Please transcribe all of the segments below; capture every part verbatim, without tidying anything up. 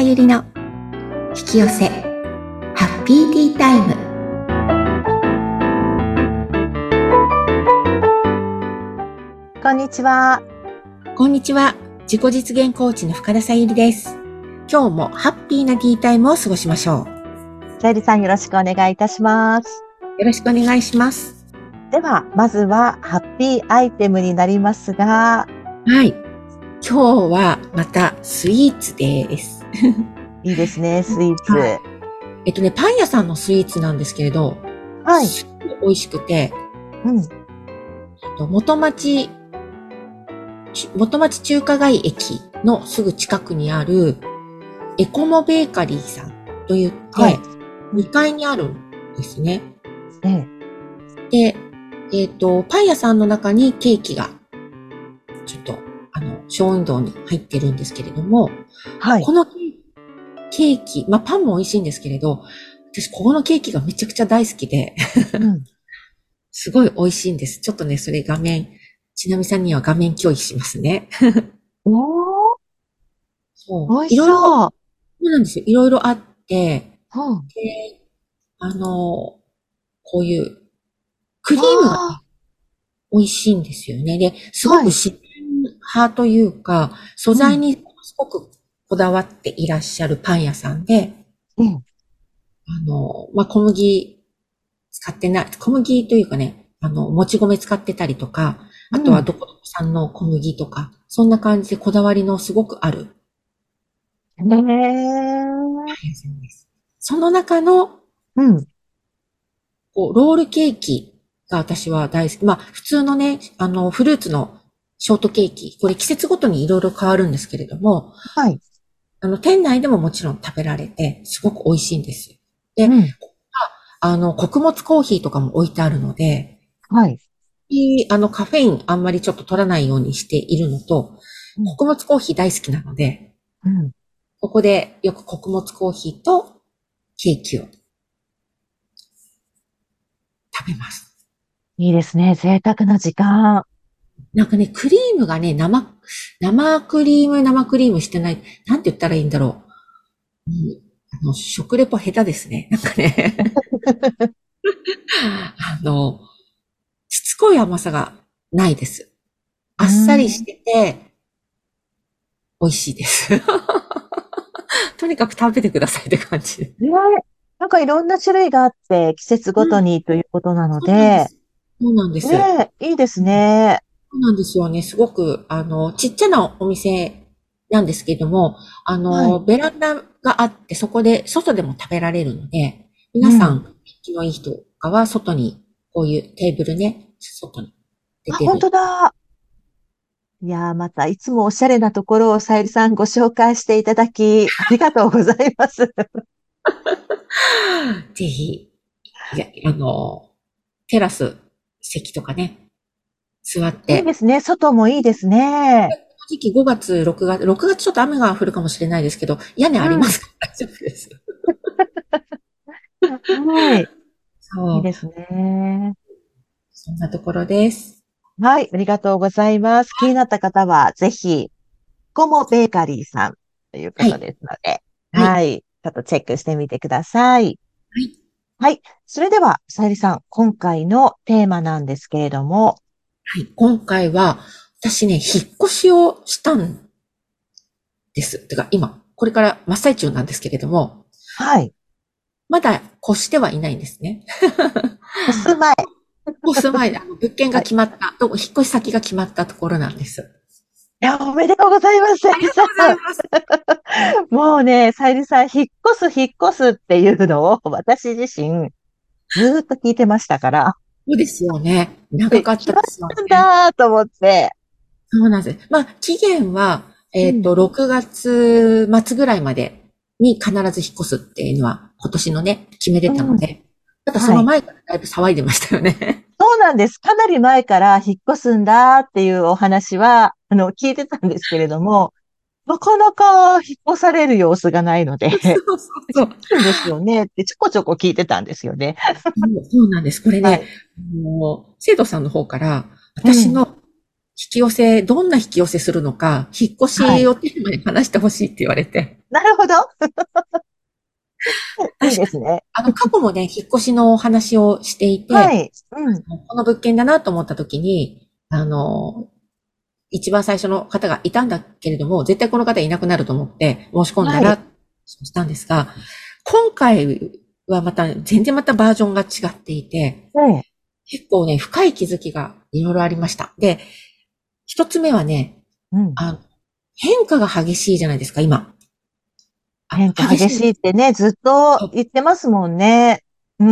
ゆりの引き寄せハッピーティータイム。 こんにちは。 こんにちは。自己実現コーチの深田さゆりです。今日もハッピーなティータイムを過ごしましょう。 さゆりさん、よろしくお願いいたします。 よろしくお願いします。 では、まずはハッピーアイテムになりますが、 はい。今日はまたスイーツです。 いいですね、スイーツ。 はい、えっとね、パン屋さんのスイーツなんですけれど、 はい。 すごい美味しくて、 うん。 元町、元町中華街駅のすぐ近くにあるエコモベーカリーさんといって、はい、にかいにあるんですね。 ええ、 で、えっと、パン屋さんの中にケーキが、ちょっと、あの、ショーウィンドウに入ってるんですけれども、はい、このケーキ、まあ、パンも美味しいんですけれど、私、ここのケーキがめちゃくちゃ大好きで、うん、すごい美味しいんです。ちょっとね、それ画面、ちなみさんには画面共有しますね。 おー、 そう。 美味しそう。 そうなんですよ。いろいろあって、 うん、 で、あの、こういうクリームが、ね、美味しいんですよね。で、すごく自然派というか、はい、素材にすごくこだわっていらっしゃるパン屋さんで、うん、あの、まあ、小麦使ってない、小麦というかね、あの、もち米使ってたりとか、あとはどこどこ産の小麦とか、うん、そんな感じでこだわりのすごくある。 へー。 その中の、 うん、 こうロールケーキが私は大好き。まあ、普通のね、あの、フルーツのショートケーキ、これ季節ごとにいろいろ変わるんですけれども、はい。あの、店内でももちろん食べられて、すごく美味しいんです。で、うん、あの、穀物コーヒーとかも置いてあるので、はい。あの、カフェインあんまりちょっと取らないようにしているのと、うん、穀物コーヒー大好きなので、うん、ここでよく穀物コーヒーとケーキを食べます。 いいですね。贅沢な時間。 なんかね、クリームがね、生、生クリーム、生クリームしてない。なんて言ったらいいんだろう。うん、あの、食レポ下手ですね。なんかね。あの、しつこい甘さがないです。あっさりしてて、美味しいです。とにかく食べてくださいって感じ。 ね、なんかいろんな種類があって、季節ごとにということなので、 そうなんです。 ね、いいですね。 そうなんですよね。すごく、あの、ちっちゃなお店なんですけども、あの、はい、ベランダがあって、そこで、外でも食べられるので、皆さん、うん、気のいい人とかは、外に、こういうテーブルね、外に出てる。 あ、本当だ。いやー、また、いつもおしゃれなところをさゆりさんご紹介していただき、ありがとうございます。 ぜひ、いや、あの、テラス、席とかね、座って。 いいですね。外もいいですね。 正直ごがつ、ろくがつ、ろくがつちょっと雨が降るかもしれないですけど、屋根ありますから大丈夫です。 はい。 そう。 いいですね。 そんなところです。 はい、ありがとうございます。気になった方は、ぜひ、コモベーカリーさんということですので、はい。はい、ちょっとチェックしてみてください。 はい。 はい。それでは、さゆりさん、今回のテーマなんですけれども。 はい。今回は、私ね、引っ越しをしたんです。てか、今、これから真っ最中なんですけれども。 はい。 まだ越してはいないんですね。 越す前。 越す前、あの物件が決まった、はい、引っ越し先が決まったところなんです。 いや、おめでとうございます、さゆりさん。 ありがとうございます。 もうね、さゆりさん、引っ越す、引っ越すっていうのを、私自身、ずーっと聞いてましたから。 そうですよね。長かったですよね。 決まったんだと思って。 そうなんです。まあ、期限は、えっと、うん、ろくがつ末ぐらいまでに必ず引っ越すっていうのは、今年のね、決めてたので、うん、ただその前からだいぶ騒いでましたよね。はい、 そうなんです。かなり前から引っ越すんだっていうお話は、あの、聞いてたんですけれども、なかなか引っ越される様子がないので、 そうそうそう。 いいんですよねってちょこちょこ聞いてたんですよね。 そうなんです。これね、はい、あの、生徒さんの方から、私の引き寄せ、うん、どんな引き寄せするのか、引っ越しをテーマに話してほしいって言われて。 なるほど。いい確かに。 ですね。 あの、過去もね、 いいですね。 あの、過去もね、引っ越しのお話をしていて、 はい。うん。 この物件だなと思った時に、あの、一番最初の方がいたんだけれども、絶対この方いなくなると思って申し込んだはい。 ら、したんですが、今回はまた、全然またバージョンが違っていて、 ええ。 結構ね、深い気づきがいろいろありました。で、一つ目はね、 うん。 あの、変化が激しいじゃないですか、今。あ、 変化激激しいんです。 しいってね、ずっと言ってますもんね。うん。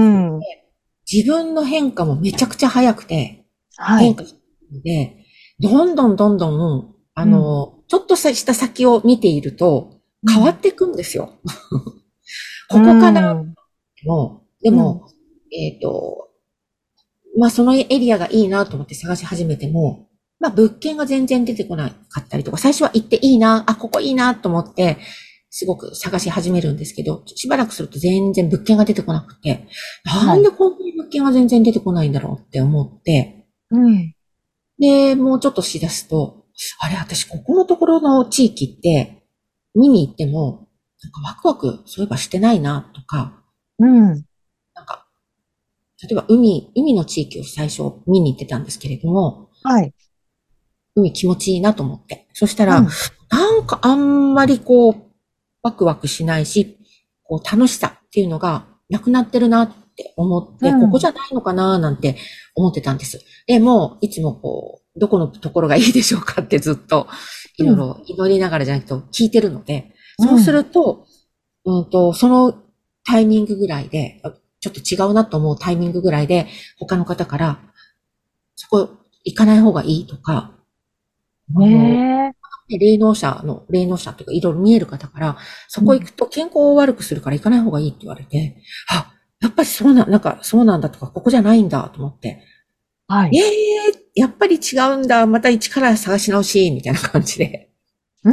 自分の変化もめちゃくちゃ早くて、 はい。 変化してるので、どんどんどんどん、あうん。 の、ちょっとした先を見ていると、 うん。 変わっていくんですよ。 うここからん。 も、でうん。 も、えっと、まあ、そのエリアがいいなと思って探し始めても、まあ、物件が全然出てこなかったりとか、最初は行っていいな、あ、ここいいなと思って、すごく探し始めるんですけど、しばらくすると全然物件が出てこなくて、なはい。 んでこんなに物件が全然出てこないんだろうって思って、 うん。 で、もうちょっとしだすと、あれ、私ここのところの地域って、見に行っても、なんかワクワクそういえばしてないなとか、 うん。 なんか、例えば海、海の地域を最初見に行ってたんですけれども、 はい。 海気持ちいいなと思って。そしたら、 うん。 なんかあんまりこう、ワクワクしないし、こう楽しさっていうのがなくなってるなって思って、ここうん。 じゃないのかななんて思ってたんです。で、もういつもこう、どこのところがいいでしょうかってずっといろいうん。 ろ祈りながらじゃなくて聞いてるので、そうすうん。 ると、うんと、そのタイミングぐらいで、ちょっと違うなと思うタイミングぐらいで、他の方から、そこ行かない方がいいとか、あの、 ねえ。 霊能者の、霊能者というかいろいろ見える方から、そうん。 こ行くと健康を悪くするから行かない方がいいって言われて、あ、やっぱりそうな、なんかそうなんだとか、ここじゃないんだと思って、 はい。 ええー、やっぱり違うんだ、また一から探し直し、みたいな感じで。 うん。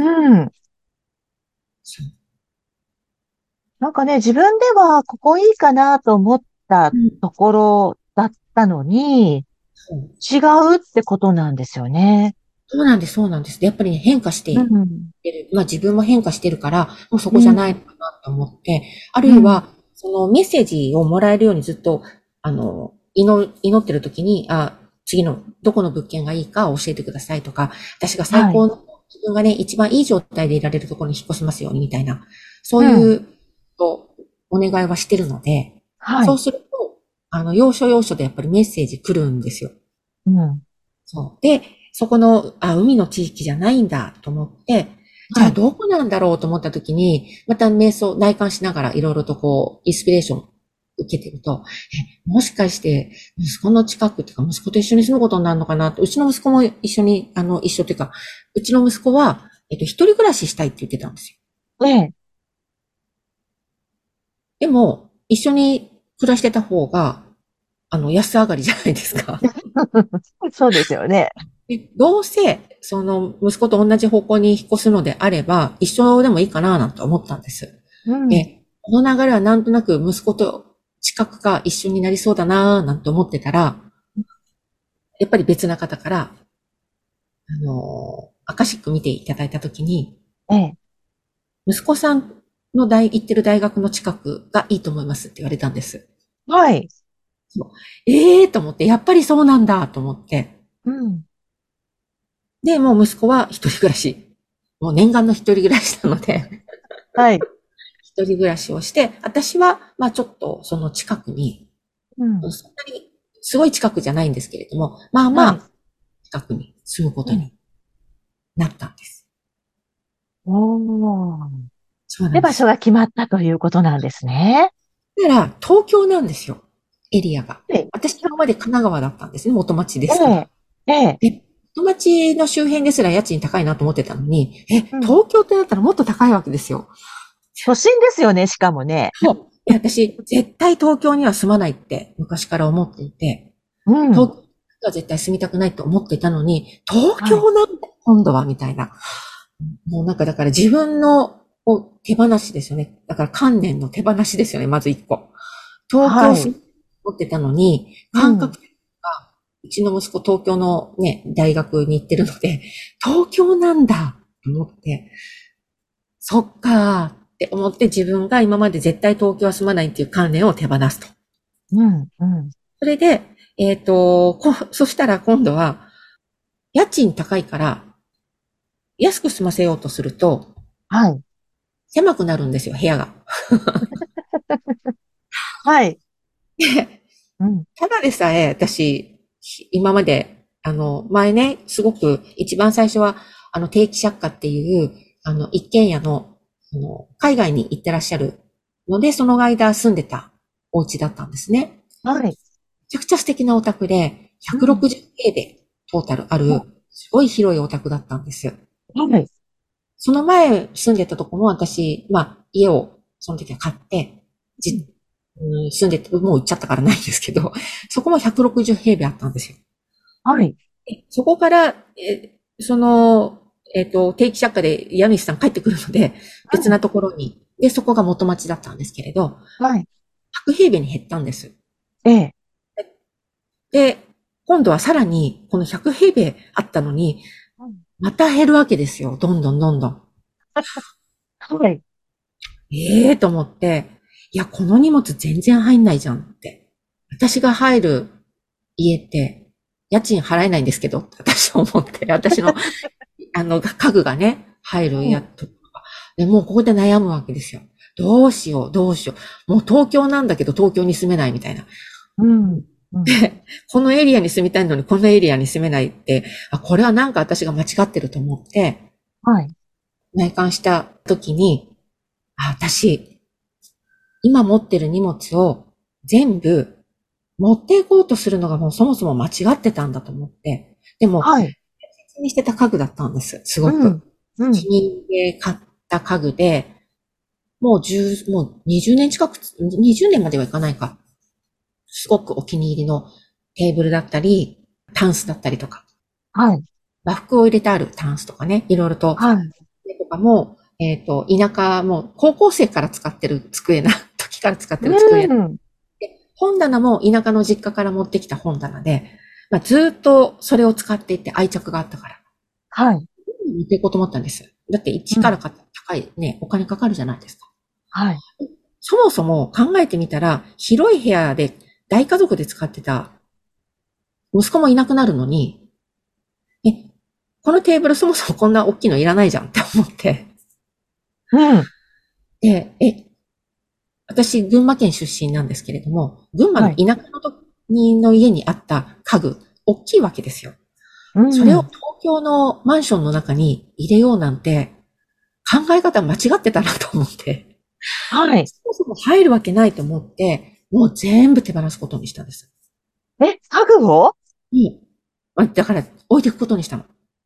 なんかね、自分ではここいいかなと思ったうん、 ところだったのに、 そう。 違うってことなんですよね。 そうなんです、そうなんです。でやっぱりね、変化してういん。 る。まあ自分も変化してるから、もうそこじゃないうん。 のかなと思って、あるうん。 いは、そのメッセージをもらえるようにずっと、あの、祈、祈ってる時に、あ、次の、どこの物件がいいか教えてくださいとか、私が最はい。 高の、自分がね、一番いい状態でいられるところに引っ越しますようにみたいな、そうん。 ういう、とお願いはしてるので、 はい。 そうすると、あの、要所要所でやっぱりメッセージ来るんですよ。 うん。 そう。で、そこの、あ、海の地域じゃないんだと思って、じゃはい。 あどこなんだろうと思った時に、また瞑想、内観しながらいろいろとこう、インスピレーション受けてると、え、もしかして、息子の近くっていうか、息子と一緒に住むことになるのかなって、うちの息子も一緒に、あの、一緒っていうか、うちの息子は、えっと、一人暮らししたいって言ってたんですよ。 ええ。 でも、一緒に暮らしてた方が、あの、安上がりじゃないですか。 そうですよね。 で、どうせ、その、息子と同じ方向に引っ越すのであれば、一緒でもいいかな、なんて思ったんです。 うん。 で、この流れはなんとなく息子と近くか一緒になりそうだな、なんて思ってたら、やっぱり別な方から、あの、アカシック見ていただいたときに、 ええ。 息子さんの大、行ってる大学の近くがいいと思いますって言われたんです。 はい。 そうええーと思って、やっぱりそうなんだと思って。 うん。 で、もう息子は一人暮らし。もう念願の一人暮らしなので、 はい。 一人暮らしをして、私は、まあちょっとその近くに、 うん。 そんなに、すごい近くじゃないんですけれども、まあまはい。 あ、近くに住むこうん。 とになったんです。 おー。で、 そうなんです。 場所が決まったということなんですね。 だから、東京なんですよ。エリアが。 ええ。 私今まで神奈川だったんですね。元町でええ。 すから。 ええ。 で、元町の周辺ですら家賃高いなと思ってたのに、え、 うん。 東京ってなったらもっと高いわけですよ。 都心ですよね、しかもね。 もう、いや、私、絶対東京には住まないって昔から思っていて、 うん。 東京には絶対住みたくないと思っていたのに、東はい。 京なんだ、今度は、みたいな。もうなんかだから自分のこう手放しですよね。だから観念の手放しですよね、まず一個。東京はい。 住み持ってたのに、 うん。 感覚が、うちの息子東京のね、大学に行ってるので、東京なんだと思って、 そっかーって思って自分が今まで絶対東京は住まないっていう観念を手放すと。 うん、うん。 それで、えっと、こそしたら今度は、家賃高いから、安く済ませようとすると、 はい。 狭くなるんですよ、部屋が。 はい。 で、 うん。 ただでさえ、私、今まで、あの、前ね、すごく、一番最初は、あの、定期借家っていう、あの、一軒家の、あの、海外に行ってらっしゃるので、その間住んでたお家だったんですね。 はい。 めちゃくちゃ素敵なお宅で、 うん。 ひゃくろくじゅう平米トータルある、すごい広いお宅だったんです。 はい。 その前住んでたとこも私、まあ、家をその時は買って、じ、うん、住んでて、もう行っちゃったからないんですけど、そこもひゃくろくじゅう平米あったんですよ。 はい。 でそこから、え、その、えっと、定期借家で家主さん帰ってくるので、別なところに、で、そこが元町だったんですけれど、 はい。 ひゃく平米に減ったんです。 ええ。 で、今度はさらに、このひゃく平米あったのに、 うん。 また減るわけですよ。どんどんどんどん。 はい。 ええー、と思って、いや、この荷物全然入んないじゃんって。私が入る家って、家賃払えないんですけど、私は思って、私の、あの、家具がね、入るうん。 やつとか。で、もうここで悩むわけですよ。どうしよう、どうしよう。もう東京なんだけど東京に住めないみたいな。 うん。うん。 で、このエリアに住みたいのにこのエリアに住めないって、あ、これはなんか私が間違ってると思って、 はい。 内観した時に、あ、私、今持ってる荷物を全部持っていこうとするのがもうそもそも間違ってたんだと思って。でも、 はい。 大切にしてた家具だったんです。すごく。 うん。うん。 気に入って買った家具で、もうじゅう、もうにじゅうねん近く、にじゅうねんまではいかないか。すごくお気に入りのテーブルだったり、タンスだったりとか、 はい。 和服を入れてあるタンスとかね、いろいろと、 はい。 とかも、えっ、と、田舎も高校生から使ってる机な、時から使ってる机。 うん。 本棚も田舎の実家から持ってきた本棚で、まあ、ずっとそれを使っていて愛着があったから、 はい。 持っていこうと思ったんです。だってうん。 一から買ったら高いね、お金かかるじゃないですか。 はい。 そもそも考えてみたら、広い部屋で大家族で使ってた息子もいなくなるのに、え、このテーブルそもそもこんな大きいのいらないじゃんって思って。 うん。 で、え、私、群馬県出身なんですけれども、群馬のはい。 田舎の時の家にあった家具、大きいわけですよ。 うそれをん。 東京のマンションの中に入れようなんて、考え方間違ってたなと思って、 はい。 そもそも入るわけないと思って、もう全部手放すことにしたんです。 え、覚悟？ もう、だから置いていくことにしたの。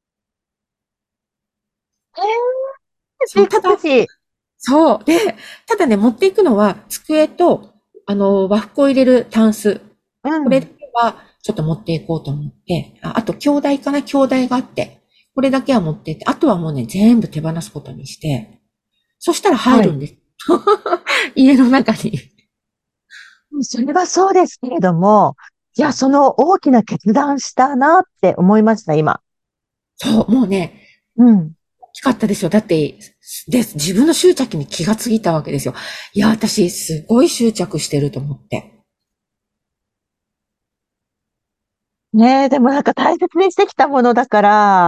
えー、 そう、 びっただ、 くり。 そう。で、ただね、持っていくのは、机と、あの、和服を入れるタンス。 うん。 これだけは、ちょっと持っていこうと思って、ああと、兄弟かな兄弟があって、これだけは持っていって、あとはもうね、全部手放すことにして、そしたら入はい。 るんです。家の中に。 それはそうですけれども、いや、その大きな決断したなって思いました、今。 そう、もうね、 うん。 大きかったですよ。だって、で、自分の執着に気がついたわけですよ。いや、私、すごい執着してると思って。 ねえ、でもなんか大切にしてきたものだから、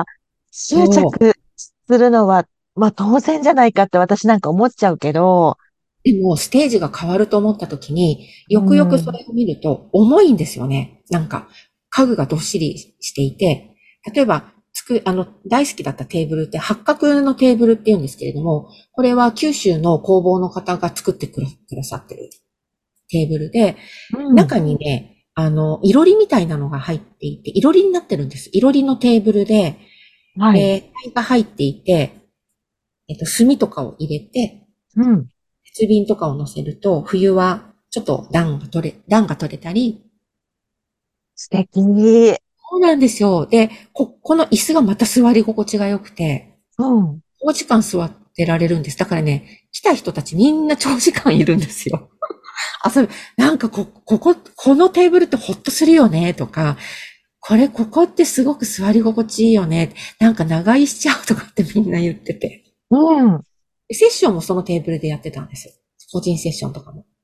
執そう。 着するのは、まあ当然じゃないかって私なんか思っちゃうけど、 でも、ステージが変わると思った時に、 うよくよくそん、 れを見ると、重いんですよね。なんか、家具がどっしりしていて、例えば、つく、あの、大好きだったテーブルって八角のテーブルって言うんですけれども、これは九州の工房の方が作ってくださってるテーブルで、 うん、 中にね、あの、いろりみたいなのが入っていて、いろりになってるんです。いろりのテーブルで、 はい、 で、灰が入っていて、えっと、炭とかを入れて、 うん、 鉄瓶とかを乗せると、冬はちょっと暖が取れ、暖が取れたり、 素敵。 そうなんですよ。で、こ、この椅子がまた座り心地が良くて、 うん。 長時間座ってられるんです。だからね、来た人たちみんな長時間いるんですよ。遊び、なんかこ、ここ、このテーブルってほっとするよね、とか、これ、ここってすごく座り心地いいよね。なんか長居しちゃうとかってみんな言ってて。 うん。 セッションもそのテーブルでやってたんですよ。個人セッションとかも。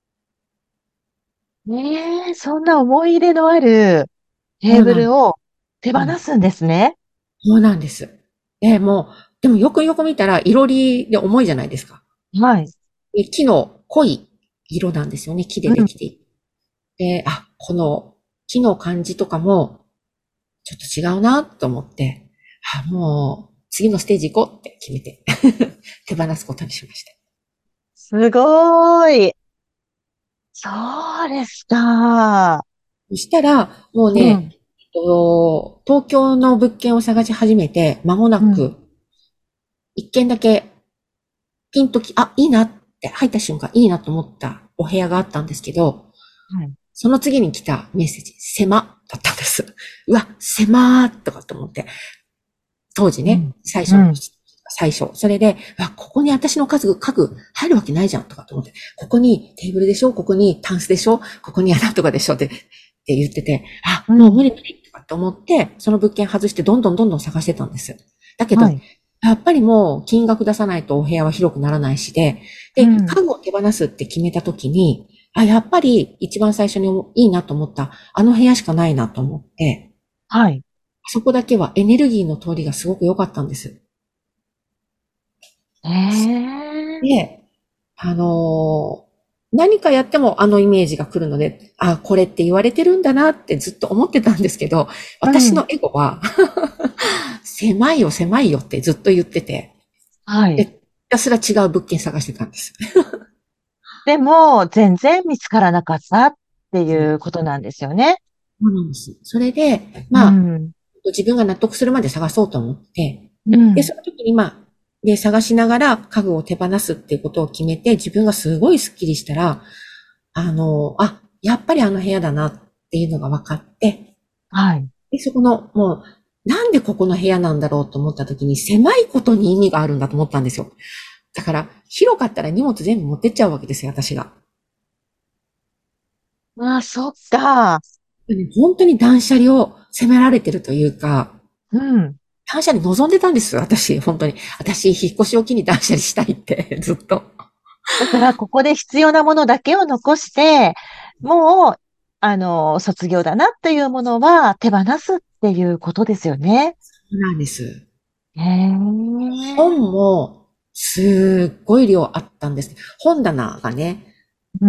ねえ、そんな思い入れのあるテーそうなん、 ブルを手うん。 放すんですね。 そうなんです。で、もう、でもよくよく見たら、いろりで重いじゃないですか。 はい。 で木の濃い色なんですよね。木でうん。 できていて。で、あ、この木の感じとかも、ちょっと違うなと思って、あ、もう、次のステージ行こうって決めて手放すことにしました。 すごーい。そうですか。 そしたら、もううん。 ね、えっと東京の物件を探し始めて、間もなうん。 く、一軒だけ、ピンとき、あ、いいなって入った瞬間、いいなと思ったお部屋があったんですけど、 はい。 その次に来たメッセージ、狭だったんです。うわ、狭ーとかと思って、当時ね、 うん。 最初の、 うん。 最初。それで、わ、ここに私の家具、家具入るわけないじゃんとかと思って、ここにテーブルでしょここにタンスでしょここに穴とかでしょって、って言ってて、あ、 うん。 もう無理無理とかって思って、その物件外してどんどんどんどん探してたんです。だけど、 はい。 やっぱりもう金額出さないとお部屋は広くならないしで、で、 うん。 家具を手放すって決めた時に、あ、やっぱり一番最初にいいなと思った、あの部屋しかないなと思って、 はい。 そこだけはエネルギーの通りがすごく良かったんです。 ええ。 で、あのー何かやってもあのイメージが来るので、あ、これって言われてるんだなってずっと思ってたんですけど、 うん。 私のエゴは狭いよ狭いよってずっと言ってて、 はい。 で、ひたすら違う物件探してたんです。 でも、全然見つからなかったっていうことなんですよね。 そうなんです。それで、 うまあ、 ん。 自分が納得するまで探そうと思って、で、 うん。 その時にまあ、で、探しながら家具を手放すっていうことを決めて、自分がすごいスッキリしたら、あの、あ、やっぱりあの部屋だなっていうのが分かって、 はい。 で、そこの、もう、なんでここの部屋なんだろうと思った時に、狭いことに意味があるんだと思ったんですよ。だから、広かったら荷物全部持ってっちゃうわけですよ、私が。 ああ、そっか。 本当に断捨離を責められてるというか、 うん。 断捨離望んでたんですよ、私、本当に。私、引っ越しを機に断捨離したいって、ずっと。 だから、ここで必要なものだけを残して、もう、あの、卒業だなっていうものは手放すっていうことですよね。 そうなんです。 へえ。 本も、すっごい量あったんです。本棚がね、 うん。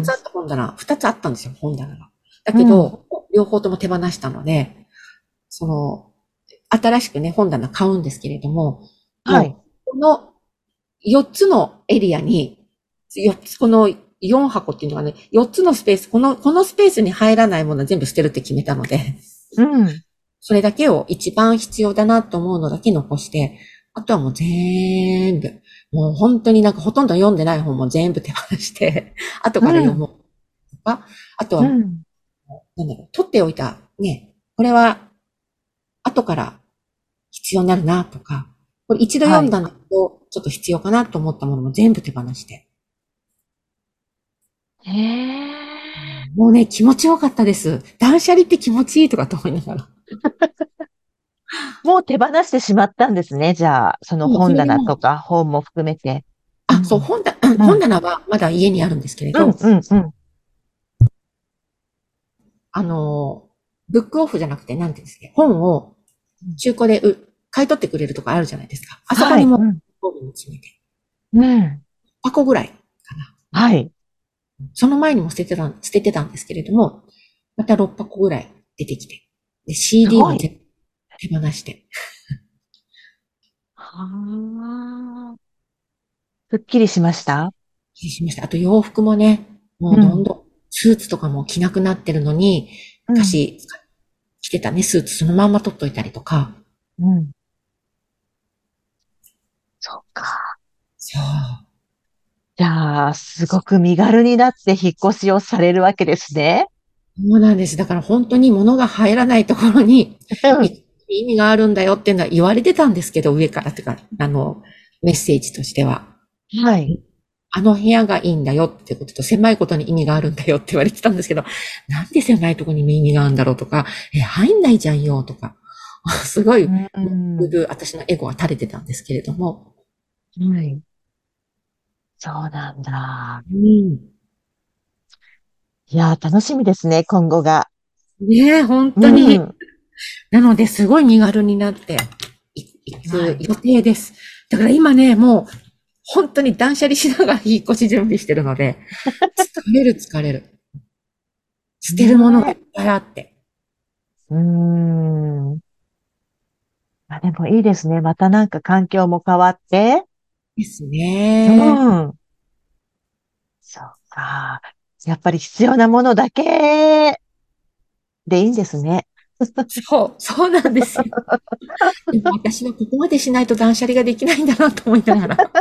二つあった本棚、二つあったんですよ、本棚が。だうん。 けど、両方とも手放したので、その、新しくね、本棚買うんですけれども、 はい。 もう、このよっつのエリアに、よっつ、このよん箱っていうのがね、よっつのスペース、この、このスペースに入らないものは全部捨てるって決めたので、 うん。 それだけを一番必要だなと思うのだけ残して、あとはもう全部、もう本当になんかほとんど読んでない本も全部手放して、後うん。 から読もうとか、あとは、 うん。 なんだろう、取っておいた、ね、これは後から必要になるなとか、これ一度はい。 読んだんだけど、ちょっと必要かなと思ったものも全部手放して。 へえ。 もうね、気持ちよかったです。断捨離って気持ちいいとかと思いながら。 もう手放してしまったんですね。じゃあ、そのもうそ本れでもう、 棚とか本も含めて。うあ、そう、 ん。 本棚、 うん。 本棚はまだ家にあるんですけれうん。 ど、 うん。うん。 あの、ブックオフじゃなくて、なんていうんですか、本を中古でう買い取ってくれるとこあるじゃないですか。あそこはい。 にも、 うん。 本に詰めて、 うん。 箱ぐらいかな。 はい。 その前にも捨ててた、捨ててたんですけれども、またろっ箱ぐらい出てきて、で、 すシーディーごい。 も全部手放して、 はあ。すっきりしました？ しました。あと洋服もね、もうどんうん。 どん、スーツとかも着なくなってるのに、 うん。 昔着てたね、スーツそのまんま取っといたりとか、 うん。そっか。 そう。 じゃあ、すごく身軽になって引っ越しをされるわけですね。 そうなんです。だから本当に物が入らないところに、 うん。 い意味があるんだよっていうのは言われてたんですけど、上からっていうか、あの、メッセージとしては。 はい。 あの部屋がいいんだよってことと、狭いことに意味があるんだよって言われてたんですけど、なんで狭いところに意味があるんだろうとか、え、入んないじゃんよとか、すごい、 うん。 私のエゴは垂れてたんですけれども、 はい。 そうなんだ。 うん。 いやー、楽しみですね、今後が。 ねえ、本う当に。 ん。 なので、すごい身軽になってい行はい。 く予定です。だから今ね、もう、本当に断捨離しながら引っ越し準備してるので、疲れる疲れる。捨てるものがいっねぱいあって。 え。うーん。あ、でもいいですね。またなんか環境も変わって。 ですうね。 ん。そうか。やっぱり必要なものだけでいいんですね。 そう、そうなんですよ。でも私はここまでしないと断捨離ができないんだなと思いながら、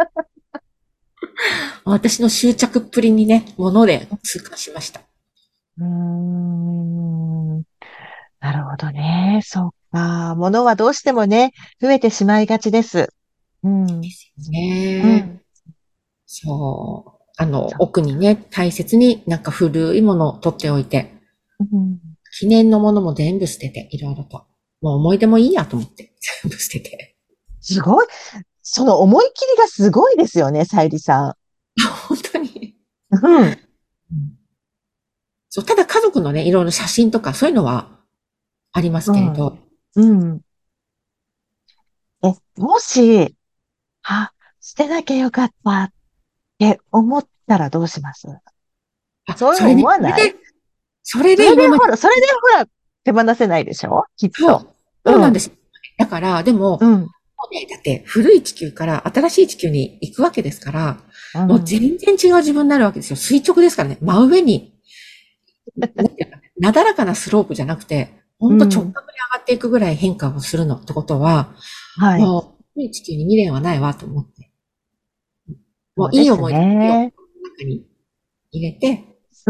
私の執着っぷりにね、もので痛感しました。 うーん。なるほどね。そうか。物はどうしてもね、増えてしまいがちです。うん。 ねえ。 うん。 そう。あの、 そ奥にね、大切になんか古いものを取っておいて、 う。うん。 記念のものも全部捨てて、いろいろと。もう思い出もいいやと思って、全部捨てて。 すごい。その思い切りがすごいですよね、さゆりさ本当に。 ん。うん。 うんそう、ただ家族のね、いろいろ写真とかそういうのはありますうん。 けれど、 うん。え、もし、あ、捨てなきゃよかったって思ったらどうします？ あ、 そういうのそれね、 思わない？ それで、それそれで今まで、 でほら、それでほら、手放せないでしょきっと。 そう、そううん。 なんです。だから、でも、もうん。 うね、だって古い地球から新しい地球に行くわけですから、もううん。 全然違う自分になるわけですよ。垂直ですからね。真上に、なんていうかなだらかなスロープじゃなくて、ほんと直角にうん。 上がっていくぐらい変化をするのってことは、 はい。 もう、古い地球に未練はないわと思って、もうそうですいい思い出だけをね。 中に入れて、 うん。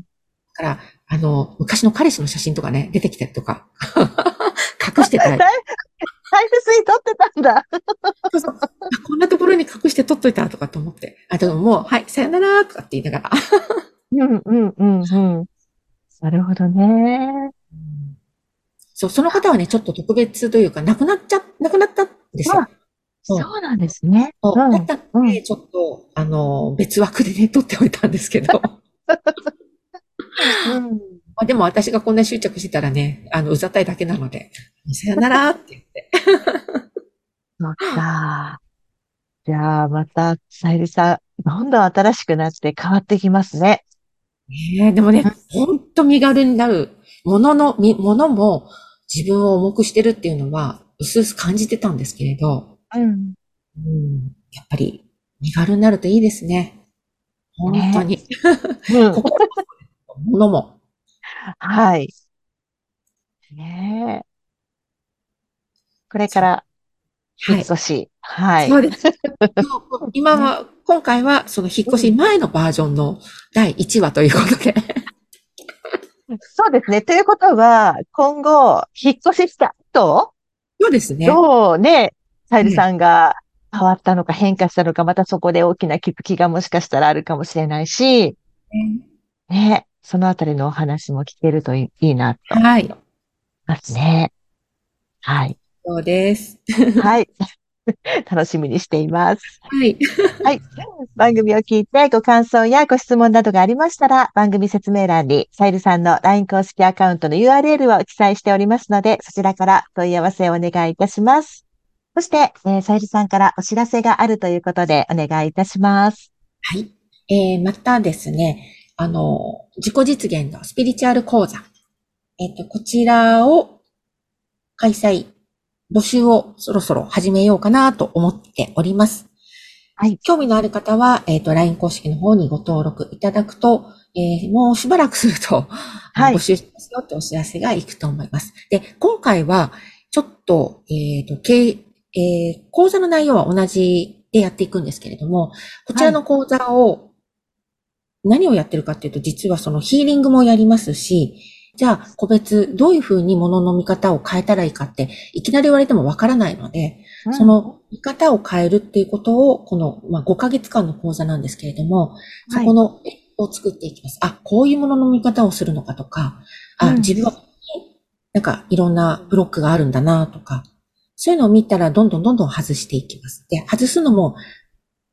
から、あの、昔の彼氏の写真とかね、出てきたりとか、隠してたり。 タイ、タイムスイ取ってたんだ。 そうそう。あこんなところに隠して撮っといたとかと思って。あ、でももう、はい、さよならとかって言いながら。 うん、うん、うん、うん。なるほどね。 そう、その方はね、ちょっと特別というか、亡くなっちゃ、亡くなったんですよ。 あ、 うん。 そうなんですね。うそう。だっん、 たのうん。 で、ちょっと、あの、別枠でね、撮っておいたんですけど。 うん。 まあ、でも私がこんな執着してたらね、あの、うざったいだけなので、さよならって言って。 そっか。じゃあ、また、さゆりさん、どんどん新しくなって変わってきますね。 ねえ、でもね、ほんと身軽になる。ものの、み、ものも自分を重くしてるっていうのは、うすうす感じてたんですけれど、 うん。 うん、やっぱり身軽になるといいですね。本当ね。 に。 うん。 心も、ものも。 はい。ねえ。これかそう。 ら、引っはい。 越し。はい。 そうです。今ね。 は、今回はその引っ越しうん。 前のバージョンのだいいちわということで。 そうですね。ということは、今後、引っ越しした後、 そうですね。 どうね、さゆりさねんが変わったのか変化したのか、またそこで大きな気づきがもしかしたらあるかもしれないし、ね、そのあたりのお話も聞けるといい、いいなと思はい。 いますね。はい。 そうです。 はい。楽しみにしています。 はい。 はい。番組を聞いてご感想やご質問などがありましたら、番組説明欄にさゆりさんの ライン 公式アカウントの ユーアールエル を記載しておりますので、そちらから問い合わせをお願いいたします。そして、えー、さゆりさんからお知らせがあるということでお願いいたします。 はい。えー、またですね、あの、自己実現のスピリチュアル講座。えっと、こちらを開催、募集をそろそろ始めようかなと思っております。 はい。 興味のある方は、えっと、ライン 公式の方にご登録いただくと、えー、もうしばらくすると、あの、 はい。 募集しますよってお知らせがいくと思います。で、今回は、ちょっと、えっと、経えー、講座の内容は同じでやっていくんですけれども、こちはい。 らの講座を何をやってるかっていうと、実はそのヒーリングもやりますし、じゃあ個別どういうふうに物の見方を変えたらいいかっていきなり言われてもわからないので、 うん。 その見方を変えるっていうことをこの、まあ、ごかげつかんの講座なんですけれども、そはい。 このを作っていきます。あ、こういうものの見方をするのかとか、あ、 うん。 自分はなんかいろんなブロックがあるんだなとか、そういうのを見たらどんどんどんどん外していきます。で、外すのも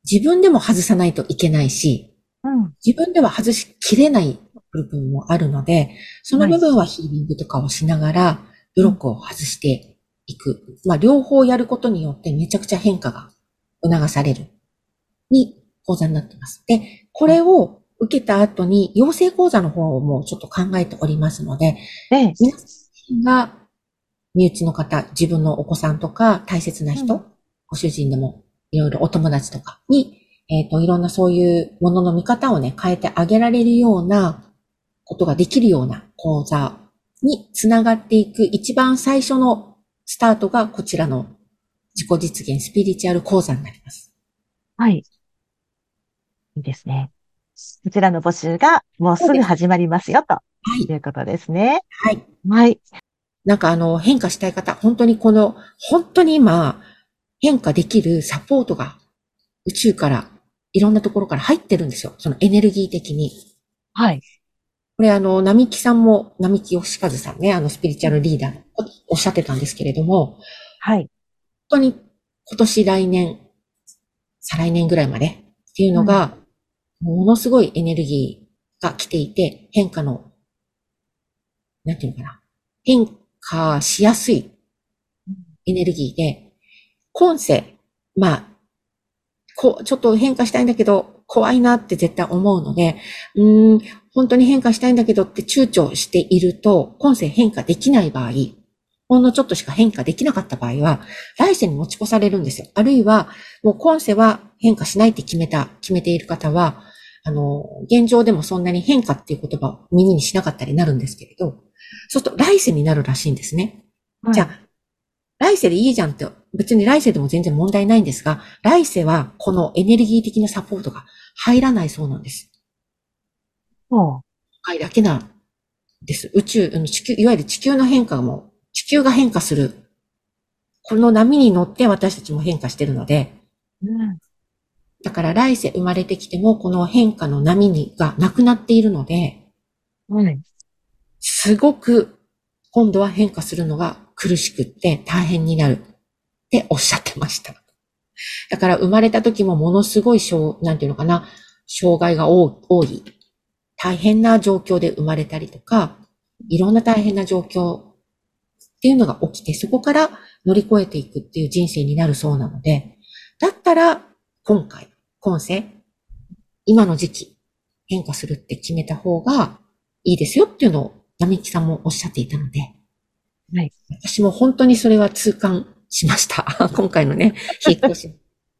自分でも外さないといけないし、 うん。 自分では外しきれない部分もあるので、そのはい。 部分はヒーリングとかをしながら、ブうん。 ロックを外していく。まあ、両方やることによってめちゃくちゃ変化が促される、に講座になっています。で、これを受けた後に、養成講座の方もちょっと考えておりますので、 で、 皆さんが身内の方、自分のお子さんとか大切なうん。 人、ご主人でもいろいろお友達とかに、えっと、いろんなそういうものの見方をね、変えてあげられるようなことができるような講座につながっていく一番最初のスタートがこちらの自己実現スピリチュアル講座になります。 はい。いいですね。こちらの募集がもうすぐそうです。 始まりますよ、とはい。 いうことですね。 はい。 はい。 なんかあの、変化したい方、本当にこの、本当に今、変化できるサポートが宇宙からいろんなところから入ってるんですよ。そのエネルギー的に。 はい。 これあの、並木さんも、並木義和さんね、あのスピリチうん。 ュアルリーダーのおっしゃってたんですけれども、 はい。 本当に今年来年、再来年ぐらいまでっていううん。 のが、ものすごいエネルギーが来ていて、変化の、なんていうのかな、変化しやすいエネルギーで、今世、まあ、こう、ちょっと変化したいんだけど、怖いなって絶対思うので、うーん、本当に変化したいんだけどって躊躇していると、今世変化できない場合、ほんのちょっとしか変化できなかった場合は、来世に持ち越されるんですよ。あるいは、もう今世は変化しないって決めた、決めている方は、あの、現状でもそんなに変化っていう言葉を耳にしなかったりなるんですけれど、そうすると来世になるらしいんですね。 はい。 じゃあ、来世でいいじゃんって、別に来世でも全然問題ないんですが、来世はこのエネルギー的なサポートが入らないそうなんです。 も今回だけなんです。宇宙、地球、いわゆる地球の変化も、地球が変化する。この波に乗って私たちも変化しているので、 う。うん。 だから来世生まれてきてもこの変化の波にがなくなっているので、 はい。 すごく今度は変化するのが苦しくって大変になるっておっしゃってました。だから生まれた時もものすごい障、なんていうのかな、障害が多い、大変な状況で生まれたりとか、いろんな大変な状況っていうのが起きて、そこから乗り越えていくっていう人生になるそうなので、だったら今回、今世、今の時期、変化するって決めた方がいいですよっていうのを、並木さんもおっしゃっていたので、 はい。 私も本当にそれは痛感しました。今回のね、引っ越し。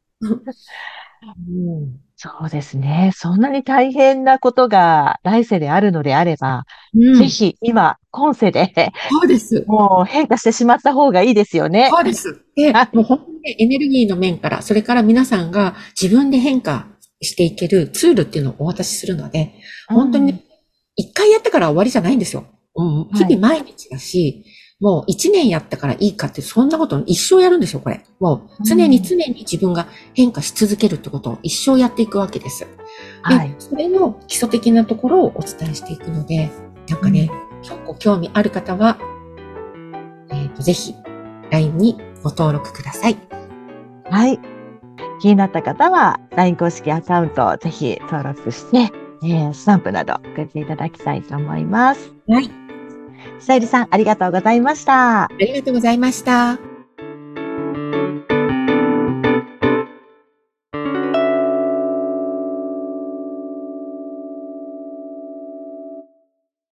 うん。 そうですね。そんなに大変なことが来世であるのであれば、 うん。 ぜひ今、今世でそうです。 もう変化してしまった方がいいですよね。 そうです。で、もうはい。 本当にねエネルギーの面から、それから皆さんが自分で変化していけるツールっていうのをお渡しするので、 うん。 本当にね、一回やったから終わりじゃないんですよ。うん、日はい。 々毎日だし、もう一年やったからいいかって、そんなこと一生やるんですよ、これ。もう常にうん。 常に自分が変化し続けるってことを一生やっていくわけです。で、 はい。 それの基礎的なところをお伝えしていくので、なんうん。 かね、ご興味ある方は、えっと、ぜひ、ライン にご登録ください。 はい。気になった方は、ライン 公式アカウントをぜひ登録して、えースタンプなど送っていただきたいと思います。 はい。 さゆりさん、ありがとうございました。 ありがとうございました。